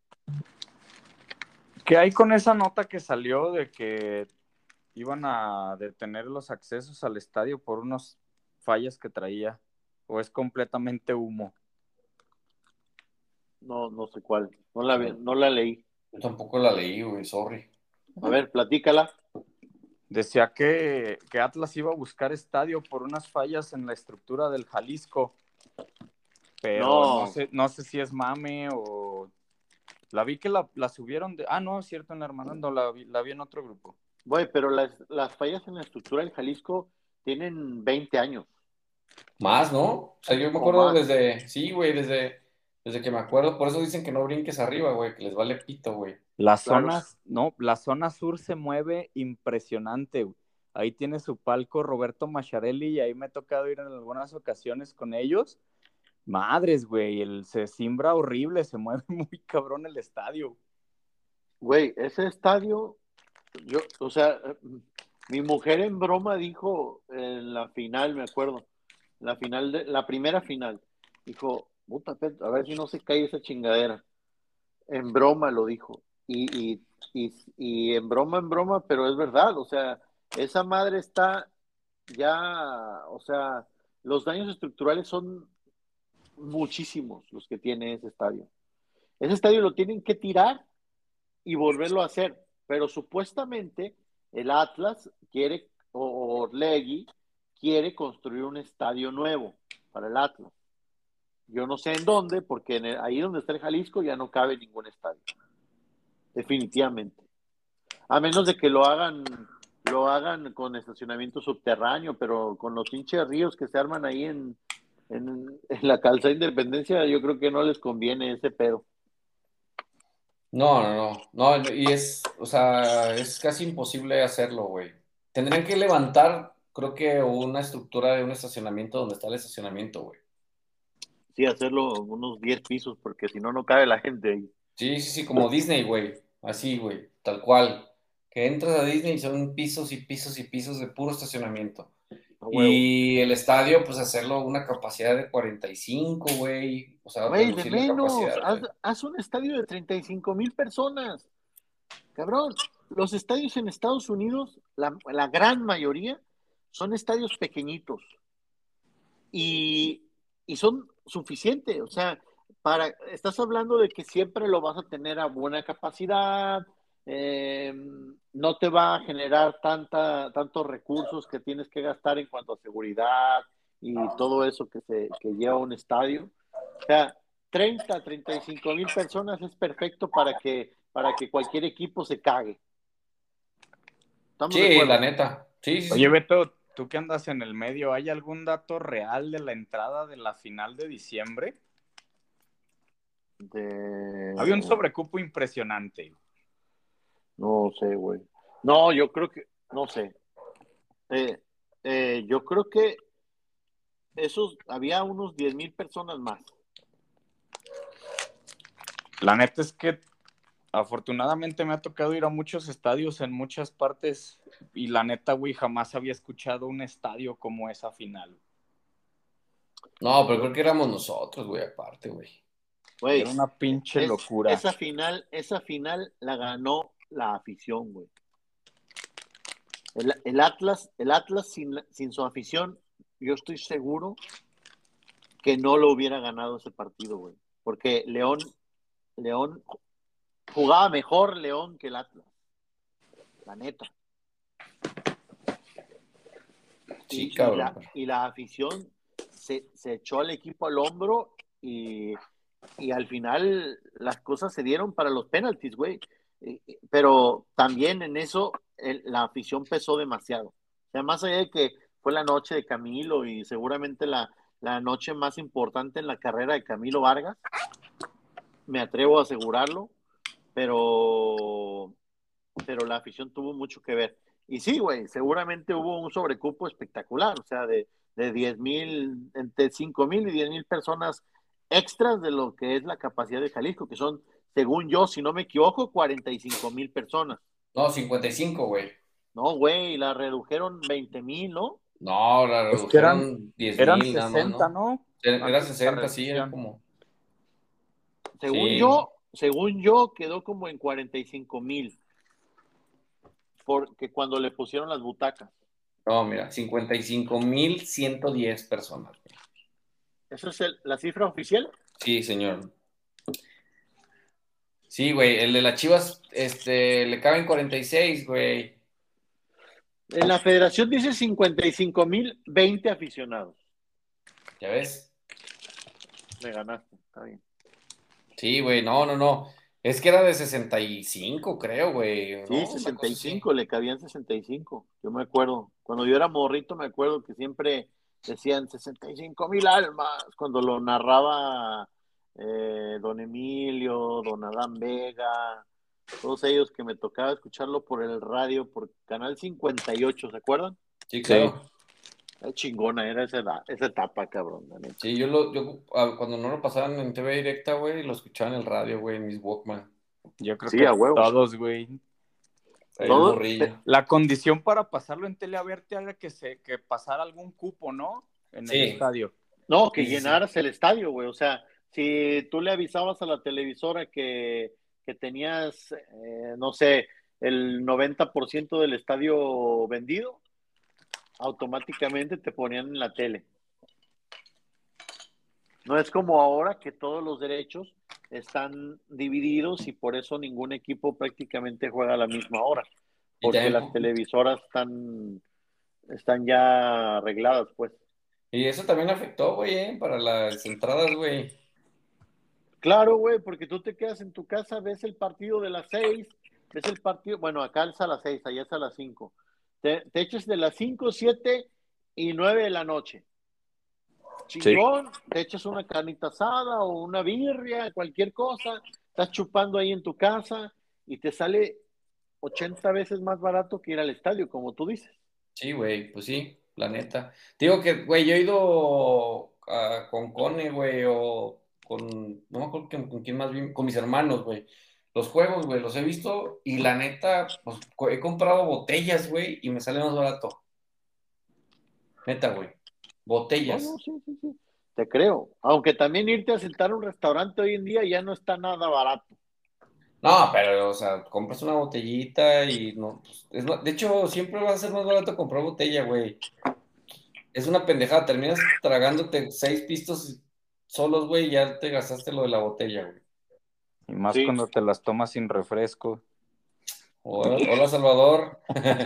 S3: ¿Qué hay con esa nota que salió de que iban a detener los accesos al estadio por unas fallas que traía? ¿O es completamente humo?
S1: No, no sé cuál, no la,
S2: No,
S1: no la leí.
S2: yo tampoco la leí, güey, sorry.
S1: A ver, platícala.
S3: Decía que, que Atlas iba a buscar estadio por unas fallas en la estructura del Jalisco, pero no
S1: No,
S3: sé, no sé si es mame o... La vi que la, la subieron de... Ah, no, es cierto, en la hermana, no, la vi, la vi en otro grupo.
S1: güey, pero las, las fallas en la estructura del Jalisco tienen veinte años.
S2: Más, ¿no? O sea, yo me
S1: O
S2: acuerdo
S1: más.
S2: desde, sí, güey, desde, desde que me acuerdo, por eso dicen que no brinques arriba, güey, que les vale pito, güey.
S3: Las
S1: Claro.
S3: zonas, no, la zona sur se mueve impresionante, güey. Ahí tiene su palco Roberto Macharelli y ahí me ha tocado ir en algunas ocasiones con ellos. Madres, güey, el, se simbra horrible, se mueve muy cabrón el estadio.
S1: Güey, ese estadio, yo, o sea, mi mujer en broma dijo en la final, me acuerdo, la final de, la primera final, dijo, puta, Pet, a ver si no se cae esa chingadera. En broma lo dijo. Y, y, y, y en broma, en broma, pero es verdad, o sea, esa madre está ya, o sea, los daños estructurales son muchísimos los que tiene ese estadio. Ese estadio lo tienen que tirar y volverlo a hacer. Pero supuestamente el Atlas quiere, o Orlegui, quiere construir un estadio nuevo para el Atlas. Yo no sé en dónde, porque en el, ahí donde está el Jalisco ya no cabe ningún estadio. Definitivamente. A menos de que lo hagan, lo hagan con estacionamiento subterráneo, pero con los pinches ríos que se arman ahí en, en, en la calzada Independencia, yo creo que no les conviene ese pedo.
S2: No, no, no, no, y es, o sea, es casi imposible hacerlo, güey. Tendrían que levantar, creo que una estructura de un estacionamiento donde está el estacionamiento, güey.
S1: Sí, hacerlo unos diez pisos, porque si no, no cabe la gente ahí.
S2: Sí, sí, sí, como Disney, güey. Así, güey, tal cual. Que entras a Disney y son pisos y pisos y pisos de puro estacionamiento. Y el estadio, pues hacerlo una capacidad de cuarenta y cinco, güey. O sea,
S1: güey, de menos. Haz, haz un estadio de treinta y cinco mil personas. Cabrón, los estadios en Estados Unidos, la, la gran mayoría, son estadios pequeñitos. Y, y son suficientes. O sea, para, estás hablando de que siempre lo vas a tener a buena capacidad, eh, no te va a generar tanta, tantos recursos que tienes que gastar en cuanto a seguridad y todo eso que, se, que lleva un estadio. O sea, treinta, treinta y cinco mil personas es perfecto para que, para que cualquier equipo se cague.
S2: Sí, la neta. Sí, sí,
S3: Oye, Beto, tú que andas en el medio, ¿hay algún dato real de la entrada de la final de diciembre?
S1: De...
S3: Había un sobrecupo impresionante.
S1: No sé, güey. No, yo creo que, no sé. Eh, eh, yo creo que esos, había unos diez mil personas más.
S3: La neta es que afortunadamente me ha tocado ir a muchos estadios en muchas partes y la neta, güey, jamás había escuchado un estadio como esa final.
S2: No, pero creo que éramos nosotros, güey, aparte, güey.
S1: Güey,
S3: era una pinche
S1: es,
S3: locura.
S1: Esa final, esa final la ganó la afición, güey. El, el Atlas, el Atlas sin, sin su afición, yo estoy seguro que no lo hubiera ganado ese partido, güey. Porque León, León jugaba mejor León que el Atlas. La neta.
S2: Sí,
S1: y,
S2: cabrón.
S1: Y la, y la afición se, se echó al equipo al hombro y, y al final las cosas se dieron para los penaltis, güey. Pero también en eso el, la afición pesó demasiado. O sea, más allá de que fue la noche de Camilo y seguramente la, la noche más importante en la carrera de Camilo Vargas, me atrevo a asegurarlo, pero, pero la afición tuvo mucho que ver. Y sí, güey, seguramente hubo un sobrecupo espectacular, o sea, de, de diez mil, entre cinco mil y diez mil personas extras de lo que es la capacidad de Jalisco, que son, según yo, si no me equivoco, cuarenta y cinco mil personas.
S2: No, cincuenta y cinco, güey.
S1: No, güey, la redujeron veinte mil, ¿no?
S2: No, la
S3: Es que eran,
S2: redujeron diez
S3: eran
S2: mil nada más,
S3: sesenta,
S2: ¿no?
S3: ¿no?
S2: Era, era
S3: Antes de la
S2: sesenta, sí, era
S3: reducción.
S2: como...
S1: Según
S2: Sí.
S1: yo, según yo, quedó como en cuarenta y cinco mil. Porque cuando le pusieron las butacas.
S2: No, mira, cincuenta y cinco mil ciento diez personas. Güey.
S1: ¿Esa es el, la cifra oficial?
S2: Sí, señor. Sí, güey, el de las Chivas, este, le caben cuarenta y seis, güey.
S1: En la federación dice cincuenta y cinco mil veinte aficionados.
S2: ¿Ya ves?
S1: Me ganaste, está bien.
S2: Sí, güey, no, no, no. Es que era de sesenta y cinco, creo, güey.
S1: Sí,
S2: ¿no?
S1: sesenta y cinco, le cabían sesenta y cinco. Yo me acuerdo. Cuando yo era morrito, me acuerdo que siempre decían sesenta y cinco mil almas. Cuando lo narraba eh, don Emilio, don Adán Vega, todos ellos que me tocaba escucharlo por el radio, por Canal cincuenta y ocho, ¿se acuerdan?
S2: Sí, claro.
S1: Qué chingona era esa, edad, esa etapa, cabrón.
S2: Sí, yo, lo, yo cuando no lo pasaban en T V directa, güey, lo escuchaba en el radio, güey, en mis Walkman.
S3: Yo creo
S1: sí,
S3: que
S1: a huevo.
S3: todos, güey.
S1: ¿Todo?
S3: La condición para pasarlo en tele abierta era que se que pasara algún cupo, ¿no? En
S2: sí.
S3: el estadio.
S1: No, que
S2: sí,
S1: llenaras
S2: sí.
S1: el estadio, güey. O sea, si tú le avisabas a la televisora que, que tenías, eh, no sé, el noventa por ciento del estadio vendido, automáticamente te ponían en la tele. No es como ahora que todos los derechos están divididos y por eso ningún equipo prácticamente juega a la misma hora. Porque las televisoras están, están ya arregladas, pues.
S2: Y eso también afectó, güey, ¿eh? Para las entradas, güey.
S1: Claro, güey, porque tú te quedas en tu casa, ves el partido de las seis, ves el partido, bueno, acá es a las seis, allá es a las cinco. Te, te echas de las cinco, siete y nueve de la noche. Chingón, sí. Te echas una carnita asada o una birria, cualquier cosa, estás chupando ahí en tu casa y te sale ochenta veces más barato que ir al estadio, como tú dices.
S2: Sí, güey, pues sí, la neta. Digo que, güey, yo he ido a, con Cone, güey, o con, no me acuerdo con, con quién más bien, con mis hermanos, güey. Los juegos, güey, los he visto y la neta, pues he comprado botellas, güey, y me sale más barato. Neta, güey. Botellas.
S1: No, no, sí, sí, sí. Te creo. Aunque también irte a sentar a un restaurante hoy en día ya no está nada barato.
S2: No, pero, o sea, compras una botellita y no. Pues, es, de hecho, siempre va a ser más barato comprar botella, güey. Es una pendejada. Terminas tragándote seis pistos solos, güey, y ya te gastaste lo de la botella, güey.
S3: Y más
S1: Sí.
S3: cuando te las tomas sin refresco.
S2: Hola, hola, Salvador.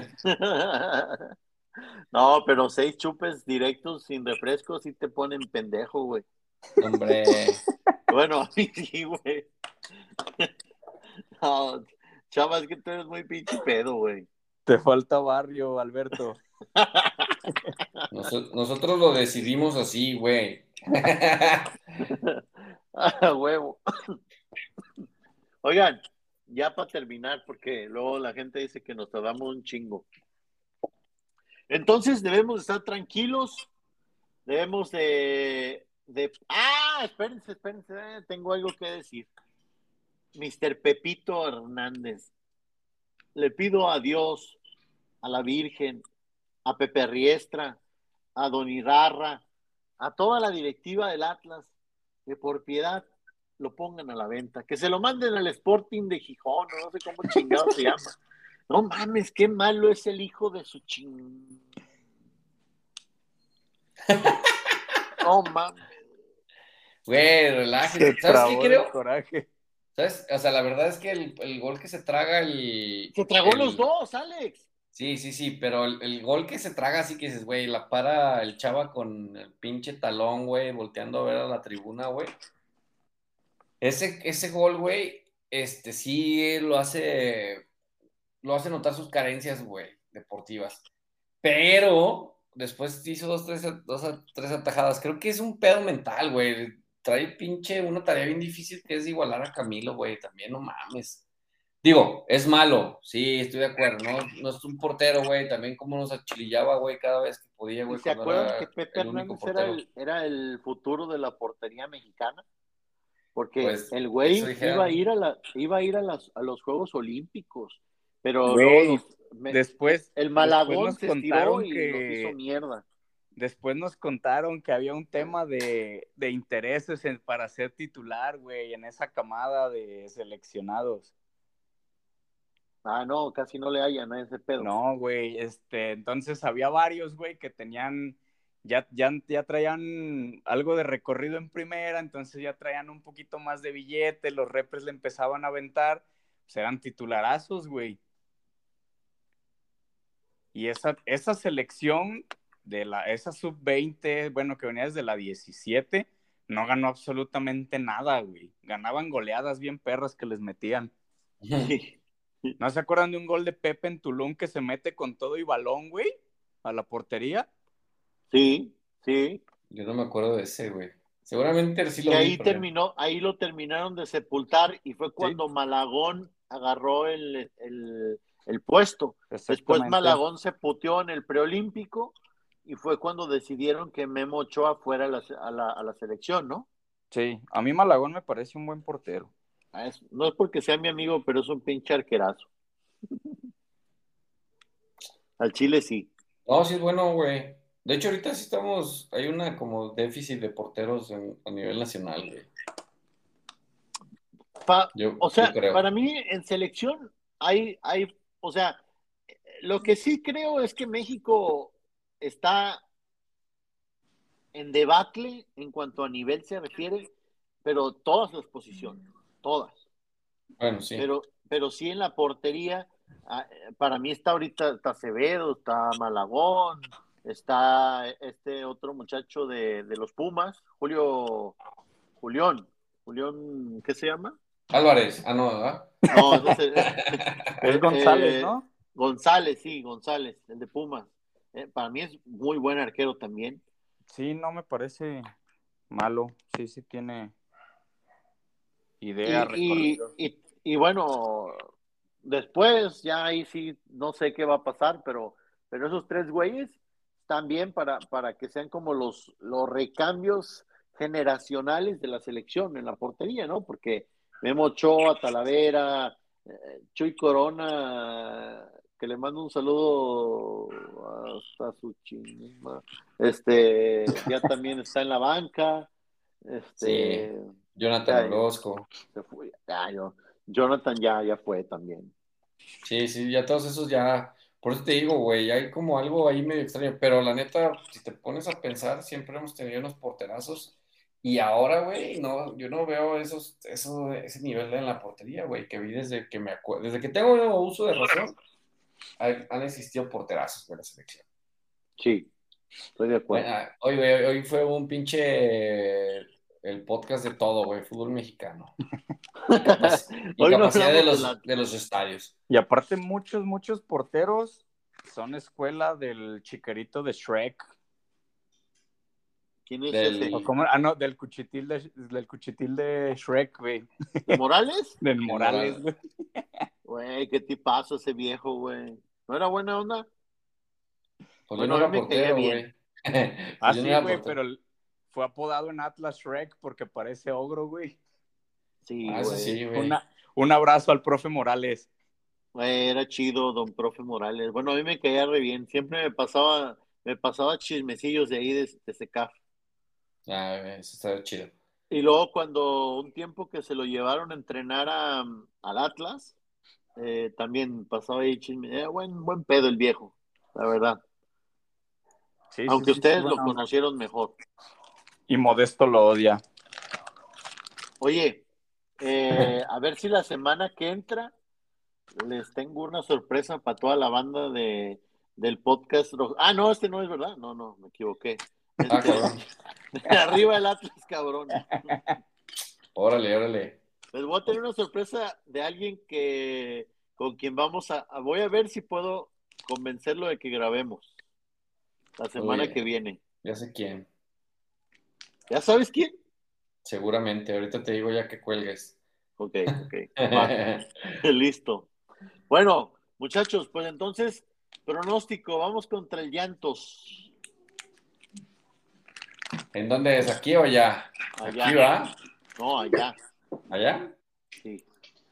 S1: No, pero seis chupes directos sin refresco sí te ponen pendejo, güey.
S2: Hombre.
S1: Bueno, a mí sí, güey. No, chava, es que tú eres muy pinche pedo, güey.
S3: Te falta barrio, Alberto.
S2: Nos- nosotros lo decidimos así, güey.
S1: Ah, huevo. Oigan, ya para terminar, porque luego la gente dice que nos tardamos un chingo. Entonces debemos estar tranquilos, debemos de, de... Ah, espérense, espérense, eh, tengo algo que decir. mister Pepito Hernández, le pido a Dios, a la Virgen, a Pepe Riestra, a Don Irarra, a toda la directiva del Atlas, que por piedad lo pongan a la venta, que se lo manden al Sporting de Gijón, no sé cómo chingado se llama. No mames, qué malo es el hijo de su ching. No mames.
S2: Güey, relájese.
S3: Se
S2: ¿Sabes qué
S3: trabó del
S2: creo?
S3: coraje.
S2: ¿Sabes? O sea, la verdad es que el, el gol que se traga el,
S1: Se tragó los
S2: el...
S1: dos, Alex.
S2: Sí, sí, sí, pero el, el gol que se traga así que dices, güey, la para el chava con el pinche talón, güey, volteando a ver a la tribuna, güey. Ese, ese gol, güey, este sí lo hace, lo hace notar sus carencias, güey, deportivas. Pero después hizo dos, tres, dos, tres atajadas. Creo que es un pedo mental, güey. Trae pinche una tarea bien difícil que es igualar a Camilo, güey. También no mames. Digo, es malo, sí, estoy de acuerdo, ¿no? No es un portero, güey. También como nos achilillaba, güey, cada vez que podía,
S1: ¿Y
S2: güey,
S1: se
S2: cuando
S1: acuerdan que
S2: era
S1: Pepe
S2: el único
S1: Hernández era
S2: portero.
S1: el, era el futuro de la portería mexicana? Porque
S2: Pues
S1: el
S2: eso
S1: güey iba a
S2: dijeron.
S1: ir a la, iba a ir a, las, a los Juegos Olímpicos, pero luego
S3: Güey,
S1: los, me,
S3: después,
S1: el
S3: después
S1: Malagón
S3: nos
S1: se estiró
S3: contaron
S1: y los hizo
S3: que
S1: mierda.
S3: después nos contaron que había un tema de, de intereses en, para ser titular, güey, en esa camada de seleccionados.
S1: Ah, no, casi no le hallan a ese pedo.
S3: No, güey, este, entonces había varios, güey, que tenían, ya, ya, ya traían algo de recorrido en primera, entonces ya traían un poquito más de billete, los repres le empezaban a aventar, pues eran titularazos, güey. Y esa, esa selección de la, esa sub veinte, bueno, que venía desde la diecisiete, no ganó absolutamente nada, güey. Ganaban goleadas bien perras que les metían.
S1: Sí.
S3: ¿No se acuerdan de un gol de Pepe en Tulum que se mete con todo y balón, güey? A la portería.
S1: Sí, sí.
S2: Yo no me acuerdo de ese, güey. Seguramente sí
S1: Que
S2: lo vi,
S1: ahí
S2: pero...
S1: terminó, ahí lo terminaron de sepultar y fue
S3: Sí,
S1: cuando Malagón agarró el, el, el puesto. Después
S3: exactamente.
S1: Malagón se puteó en el preolímpico y fue cuando decidieron que Memo Ochoa fuera a la, a la, a la selección, ¿no?
S3: Sí, a mí Malagón me parece un buen portero.
S1: Ah, es- no es porque sea mi amigo, pero es un pinche arquerazo. Al Chile sí.
S2: No, sí es bueno, güey. De hecho, ahorita sí estamos... Hay una como déficit de porteros en- a nivel nacional, güey.
S1: Pa-
S2: Yo,
S1: o
S2: yo
S1: sea,
S2: creo.
S1: para mí en selección hay, hay, o sea, lo que sí creo es que México está en debacle en cuanto a nivel se refiere, pero todas las posiciones, todas.
S2: Bueno, sí.
S1: Pero, pero sí en la portería, ah, para mí está ahorita, está Acevedo, está Malagón, está este otro muchacho de, de los Pumas, Julio, Julión, Julión, ¿qué se llama?
S2: Álvarez. Ah, no, ¿verdad?
S1: No, ese es el- eh,
S3: Es González,
S1: eh,
S3: ¿no?
S1: González, sí, González, el de Pumas. Eh, para mí es muy buen arquero también.
S3: Sí, no me parece malo. Sí, sí tiene idea,
S1: Y, y,
S3: recorrido.
S1: y, y bueno, después ya ahí sí no sé qué va a pasar, pero, pero esos tres güeyes están bien para, para que sean como los, los recambios generacionales de la selección en la portería, ¿no? Porque Memo Ochoa, Talavera, eh, Chuy Corona, que le mando un saludo hasta su chingada. Este, ya también está en la banca. Este,
S2: sí, Jonathan Orozco.
S1: Se fue, ya, yo, Jonathan ya, ya fue también.
S2: Sí, sí, ya todos esos ya, por eso te digo, güey, hay como algo ahí medio extraño, pero la neta, si te pones a pensar, siempre hemos tenido unos porterazos, y ahora, güey, no, yo no veo esos, eso, ese nivel en la portería, güey, que vi desde que me acuerdo, desde que tengo uso de razón, hay- han existido porterazos de la selección.
S1: Sí, estoy de acuerdo.
S2: Bueno, hoy, güey, hoy fue un pinche, el podcast de todo, güey, fútbol mexicano. Y, capac- y
S1: Hoy no
S2: capacidad de
S1: hablamos de
S2: los,
S1: la...
S2: de los estadios.
S3: Y aparte muchos, muchos porteros son escuela del chiquerito de Shrek.
S1: ¿Quién es
S2: Del...
S1: ese?
S3: ¿O cómo? Ah, no, del cuchitil de, del cuchitil de Shrek, güey.
S1: ¿De Morales?
S3: Del Morales, güey.
S1: Güey, qué tipazo ese viejo, güey. ¿No era buena onda?
S2: Pues
S1: Bueno,
S2: yo no
S1: a
S2: era
S1: mí me caía
S2: portero,
S1: bien.
S2: güey.
S3: Ah,
S2: Pues yo no
S3: sí,
S2: era
S3: güey,
S2: portero.
S3: pero fue apodado en Atlas Shrek porque parece ogro, güey.
S1: Sí,
S2: Ah, eso
S1: güey.
S2: sí, güey.
S3: Una- un abrazo al profe Morales.
S1: Güey, era chido, don profe Morales. Bueno, a mí me caía re bien. Siempre me pasaba, me pasaba chismecillos de ahí de, de Secaf.
S2: Ah, eso está chido.
S1: Y luego cuando un tiempo que se lo llevaron a entrenar a, al Atlas, eh, también pasaba ahí chisme. Era buen, buen pedo el viejo, la verdad.
S3: Sí,
S1: Aunque
S3: sí, sí, sí,
S1: ustedes lo
S3: buena onda.
S1: conocieron mejor.
S3: Y Modesto lo odia.
S1: Oye, eh, a ver si la semana que entra les tengo una sorpresa para toda la banda de, del podcast. ro- Ah, no, este no es verdad. No, no, me equivoqué.
S2: Ah,
S1: Este,
S2: cabrón.
S1: arriba el Atlas, cabrón.
S2: Órale, órale.
S1: Les voy a tener una sorpresa de alguien que con quien vamos a, a- voy a ver si puedo convencerlo de que grabemos la semana
S2: Uy,
S1: que viene.
S2: ya sé quién.
S1: ¿Ya sabes quién?
S2: Seguramente. Ahorita te digo ya que cuelgues.
S1: Ok, ok. Va. Listo. Bueno, muchachos, pues entonces, pronóstico, vamos contra el Llantos.
S2: ¿En dónde es? ¿Aquí o allá?
S1: Allá.
S2: Aquí va.
S1: No, allá.
S2: ¿Allá?
S1: Sí.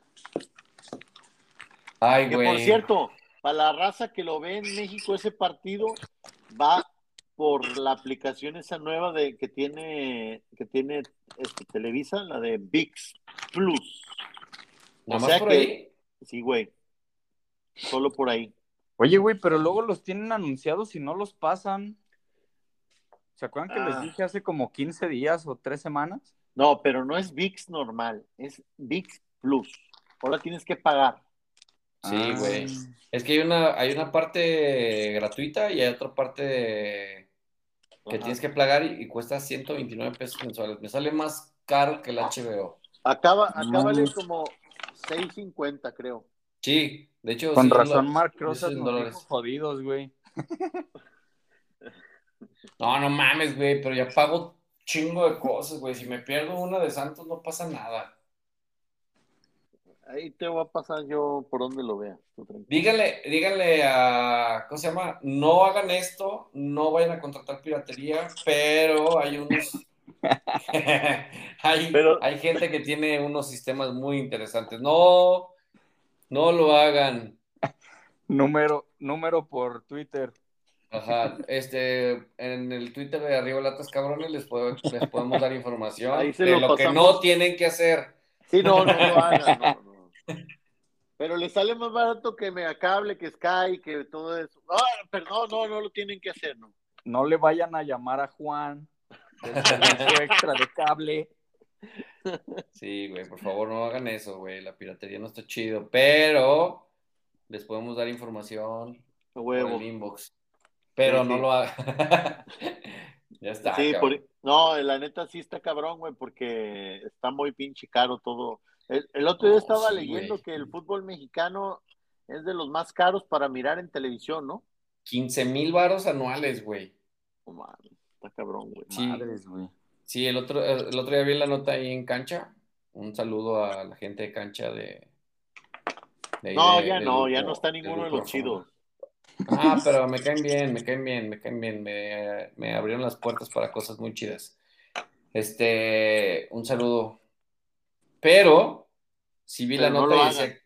S2: Ay,
S1: Que por
S2: güey.
S1: cierto, para la raza que lo ve en México, ese partido va por la aplicación esa nueva de que tiene que tiene este, Televisa, la de ViX Plus. O
S2: ¿Nada más
S1: sea
S2: por
S1: que,
S2: ahí?
S1: sí, güey, solo por ahí.
S3: Oye, güey, pero luego los tienen anunciados y no los pasan. ¿Se acuerdan que les
S1: Ah,
S3: dije hace como quince días o tres semanas?
S1: no, pero no es ViX normal, es ViX Plus. Ahora tienes que pagar.
S2: Sí,
S3: Ah.
S2: güey. Es que hay una, hay una parte gratuita y hay otra parte de- que
S1: Ajá.
S2: tienes que pagar y, y cuesta ciento veintinueve pesos mensuales. Me sale más caro que el H B O.
S1: Acaba, acá
S3: Ah.
S1: vale como seis cincuenta, creo.
S2: Sí, de hecho,
S3: Con
S2: sí,
S3: razón,
S2: lo,
S3: Mark
S2: eso
S3: Rosas
S2: en
S3: nos dijo
S2: dólares.
S3: jodidos, güey.
S2: No, no mames, güey, pero ya pago chingo de cosas, güey. Si me pierdo una de Santos, no pasa nada.
S1: Ahí te va a pasar yo por donde lo vea. Tú tranquilo.
S2: Díganle, díganle a, ¿cómo se llama? No hagan esto, no vayan a contratar piratería, pero hay unos, hay,
S1: Pero,
S2: hay gente que tiene unos sistemas muy interesantes. No, no lo hagan.
S3: Número, número por Twitter.
S2: Ajá, este, en el Twitter de Arriba Latas Cabrones les, puedo- les podemos dar información
S1: ahí se
S2: de
S1: lo
S2: lo que no
S1: pasamos.
S2: tienen que hacer.
S1: Sí, no, no lo hagan, no, no. Pero le sale más barato que Megacable, que Sky, que todo eso. Ah, perdón, no, no lo tienen que hacer, no.
S3: No le vayan a llamar a Juan del servicio extra de cable.
S2: Sí, güey, por favor no hagan eso, güey. La piratería no está chido, pero les podemos dar información
S1: A
S2: por el
S1: huevo.
S2: inbox.
S1: Sí,
S2: Pero no
S1: sí.
S2: lo hagan. Ya está,
S1: Sí,
S2: cabrón.
S1: por... no, la neta sí está cabrón, güey, porque está muy pinche caro todo. El, el otro día
S2: No,
S1: estaba
S2: sí,
S1: leyendo
S2: güey.
S1: que el fútbol mexicano es de los más caros para mirar en televisión, ¿no?
S2: quince mil varos anuales, güey.
S1: No mames, está cabrón, güey.
S2: Sí,
S3: Madres, güey.
S2: sí, el otro, el otro día vi la nota ahí en Cancha. Un saludo a la gente de Cancha de, de ahí
S1: No,
S2: de-
S1: ya
S2: del
S1: no, ya no
S2: grupo,
S1: está
S2: del
S1: ninguno de
S2: grupo
S1: los
S2: Reforma.
S1: chidos.
S2: Ah, pero me caen bien, me caen bien, me caen bien, me, me abrieron las puertas para cosas muy chidas. Este, un saludo. Pero, si vi la
S1: Pero no
S2: nota
S1: lo
S2: y
S1: hagan.
S2: decía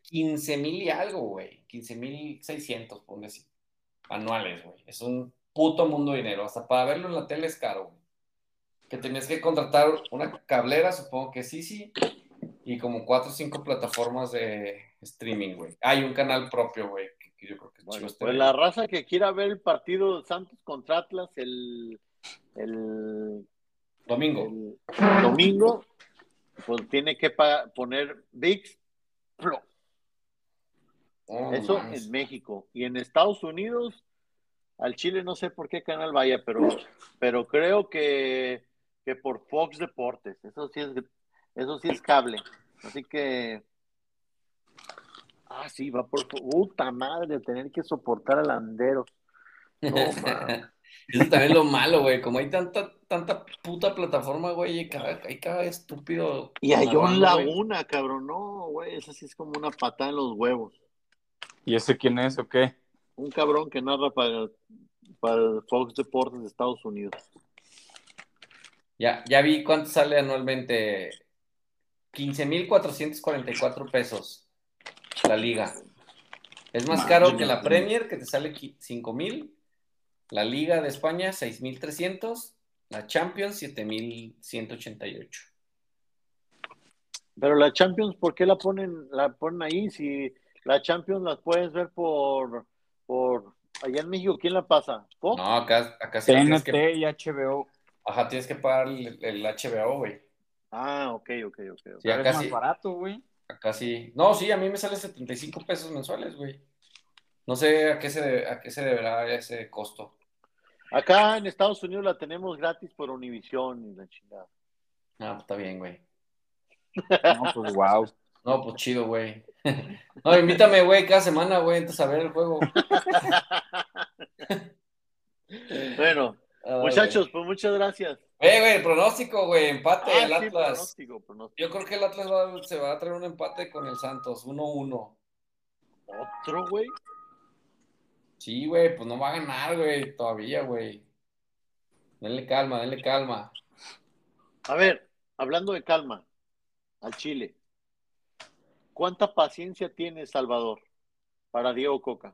S2: quince mil y algo, güey. quince mil seiscientos, ponle así. Anuales, güey. Es un puto mundo de dinero. Hasta para verlo en la tele es caro, güey. Que tenías que contratar una cablera, supongo que sí, sí. Y como cuatro o cinco plataformas de streaming, güey. Hay un canal propio, güey. Que, que yo creo que es
S1: Bueno,
S2: chido.
S1: pues la raza que quiera ver el partido de Santos contra Atlas el, el
S2: Domingo.
S1: El domingo, pues tiene que pagar, poner ViX Pro.
S2: Oh,
S1: Eso
S2: mames.
S1: en México. Y en Estados Unidos, al Chile no sé por qué canal vaya, pero, pero creo que, que por Fox Deportes. Eso sí es, eso sí es cable. Así que. Ah, sí, va por. Puta madre, tener que soportar al Landero. No, mames.
S2: Eso también es lo malo, güey. Como hay tanta, tanta puta plataforma, güey, y cada, hay cada estúpido.
S1: Y a John
S2: narrando, güey.
S1: Laguna, cabrón. No, güey, esa sí es como una patada en los huevos.
S3: ¿Y ese quién es o qué?
S1: Un cabrón que narra para, para Fox Deportes de Estados Unidos.
S2: Ya, ya vi cuánto sale anualmente. quince mil cuatrocientos cuarenta y cuatro pesos la liga. Es más caro que la Premier, que te sale cinco mil. La Liga de España, seis mil trescientos. La Champions, siete mil ciento ochenta y ocho.
S1: Pero la Champions, ¿por qué la ponen, la ponen ahí? Si la Champions la puedes ver por, por allá en México, ¿quién la pasa? ¿Fox?
S2: No, acá, acá sí
S3: T
S2: la
S3: N
S2: tienes
S3: T
S2: que.
S3: y H B O.
S2: Ajá, tienes que pagar el, el H B O, güey.
S1: Ah, ok, ok, ok.
S2: Sí,
S3: Pero
S2: acá
S3: es más
S2: sí.
S3: barato, güey.
S2: Acá sí. No, sí, a mí me sale setenta y cinco pesos mensuales, güey. No sé a qué se, a qué se deberá ese costo.
S1: Acá en Estados Unidos la tenemos gratis por Univision y la chingada.
S2: Ah, pues está bien, güey.
S3: No, pues wow.
S2: No, pues chido, güey. No, invítame, güey, cada semana, güey, entonces a ver el juego.
S1: Bueno,
S2: Ah,
S1: muchachos, pues muchas gracias.
S2: Eh, güey, el pronóstico, güey, empate,
S1: Ah,
S2: el
S1: sí,
S2: Atlas.
S1: pronóstico, pronóstico.
S2: Yo creo que el Atlas va- se va a traer un empate con el Santos, uno uno.
S1: ¿Otro, güey?
S2: Sí, güey, pues no va a ganar, güey, todavía, güey. Denle calma, denle calma.
S1: A ver, hablando de calma, al Chile. ¿Cuánta paciencia tiene Salvador para Diego Coca?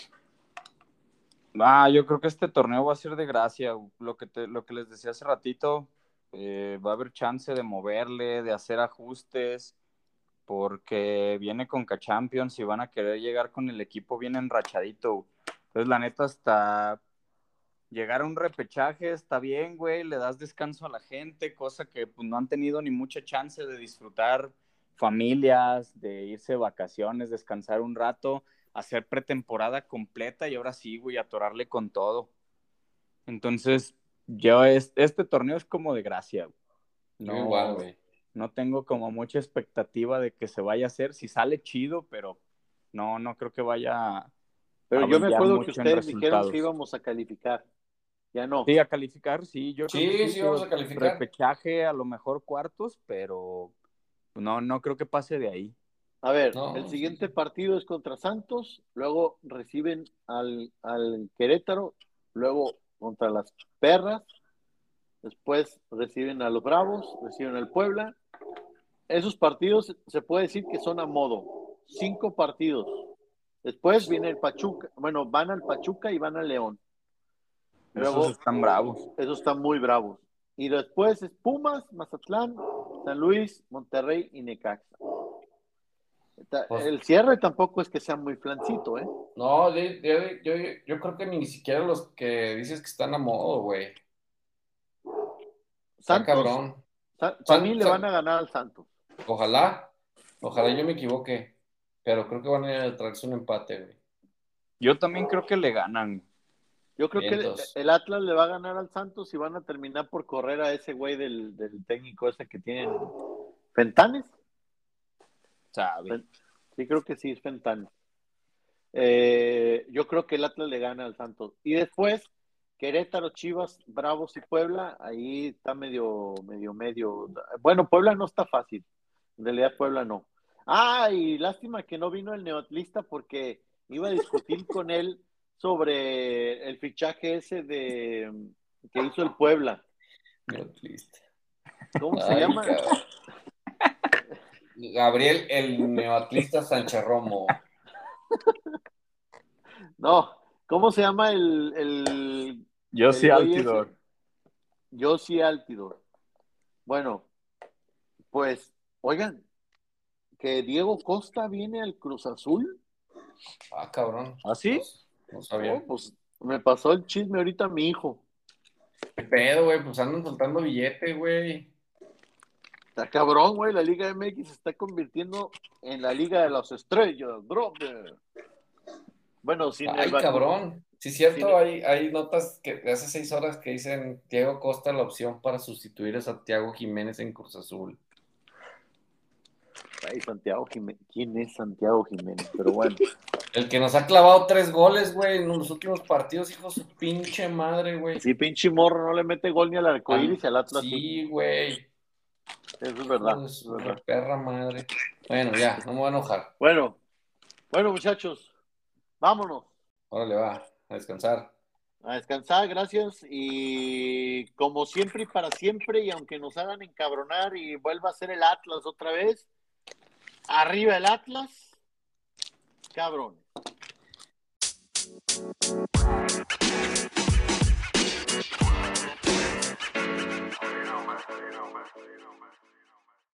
S3: Ah, yo creo que este torneo va a ser de gracia. Lo que, te, lo que les decía hace ratito, eh, va a haber chance de moverle, de hacer ajustes, porque viene con Champions y van a querer llegar con el equipo bien enrachadito. Entonces, la neta, hasta llegar a un repechaje está bien, güey, le das descanso a la gente, cosa que pues, no han tenido ni mucha chance de disfrutar familias, de irse de vacaciones, descansar un rato, hacer pretemporada completa y ahora sí, güey, atorarle con todo. Entonces, yo es, este torneo es como de gracia.
S2: Yo
S3: No,
S2: igual, güey.
S3: no tengo como mucha expectativa de que se vaya a hacer. Si sale chido, pero no, no creo que vaya a
S1: Pero yo me
S3: brillar
S1: acuerdo que
S3: mucho en
S1: ustedes dijeron
S3: resultados.
S1: que íbamos a calificar. Ya no.
S3: Sí, a calificar, sí, yo creo
S2: Sí,
S3: que sí,
S2: sí,
S3: que
S2: vamos a calificar.
S3: repechaje, a lo mejor cuartos, pero no, no creo que pase de ahí.
S1: A ver,
S2: No,
S1: el
S2: sí,
S1: siguiente
S2: sí.
S1: partido es contra Santos, luego reciben al, al Querétaro, luego contra las Perras, después reciben a los Bravos, reciben al Puebla. Esos partidos se puede decir que son a modo, cinco partidos. Después viene el Pachuca, bueno, van al Pachuca y van al León. Luego,
S3: Esos están bravos.
S1: esos están muy bravos. Y después es Pumas, Mazatlán, San Luis, Monterrey y Necaxa.
S2: Pues,
S1: El cierre tampoco es que sea muy flancito, ¿eh?
S2: no, yo, yo, yo, yo creo que ni siquiera los que dices que están a modo, güey. Está
S1: Santos,
S2: cabrón.
S1: Sa- para mí
S2: San-
S1: le van
S2: San-
S1: a ganar al Santos.
S2: Ojalá, ojalá yo me equivoque, pero creo que van a traerse un empate, güey.
S3: Yo también creo que le ganan.
S1: Yo creo que el,
S2: Vientos.
S1: el Atlas le va a ganar al Santos y van a terminar por correr a ese güey del, del técnico ese que tienen. ¿Fentanes?
S3: Sabe.
S1: Sí, creo que sí, es Fentanes. Eh, yo creo que el Atlas le gana al Santos. Y después, Querétaro, Chivas, Bravos y Puebla, ahí está medio, medio, medio. Bueno, Puebla no está fácil. En realidad, Puebla no. Ah, y lástima que no vino el neotlista porque iba a discutir con él sobre el fichaje ese de que hizo el Puebla.
S2: Neotlista.
S1: ¿Cómo se
S2: Ay,
S1: llama?
S2: cabrón. Gabriel, el neoatlista Sánchez Romo.
S1: No, ¿cómo se llama el... el
S3: Jozy Altidore.
S1: Jozy Altidore. Bueno, pues, oigan, que Diego Costa viene al Cruz Azul.
S2: Ah, cabrón.
S3: ¿Ah, sí?
S2: No, no sabía.
S1: Oh, pues me pasó el chisme ahorita mi hijo.
S2: ¿Qué pedo, güey? Pues andan soltando billete, güey.
S1: Está cabrón, güey. La Liga M X se está convirtiendo en la Liga de las Estrellas, brother. Bueno, sin
S2: Ay,
S1: el vacu-
S2: cabrón. Sí, cierto,
S1: sin-
S2: hay, hay notas que de hace seis horas que dicen Diego Costa la opción para sustituir a Santiago Jiménez en Cruz Azul.
S1: Ay, Santiago Jiménez. ¿Quién es Santiago Jiménez? Pero bueno.
S2: El que nos ha clavado tres goles, güey, en los últimos partidos, hijo de su pinche madre, güey.
S1: Sí, pinche morro, no le mete gol ni al arcoíris y al Atlas.
S2: Sí, güey.
S1: Eso es verdad.
S2: Hijo de
S1: Es
S2: su
S1: verdad.
S2: perra madre. Bueno, ya, no me voy a enojar.
S1: Bueno, bueno, muchachos, vámonos.
S2: Órale, va, a descansar.
S1: A descansar, gracias. Y como siempre y para siempre, y aunque nos hagan encabronar y vuelva a ser el Atlas otra vez, arriba el Atlas, cabrón. You know, man. You know, man. You know, man.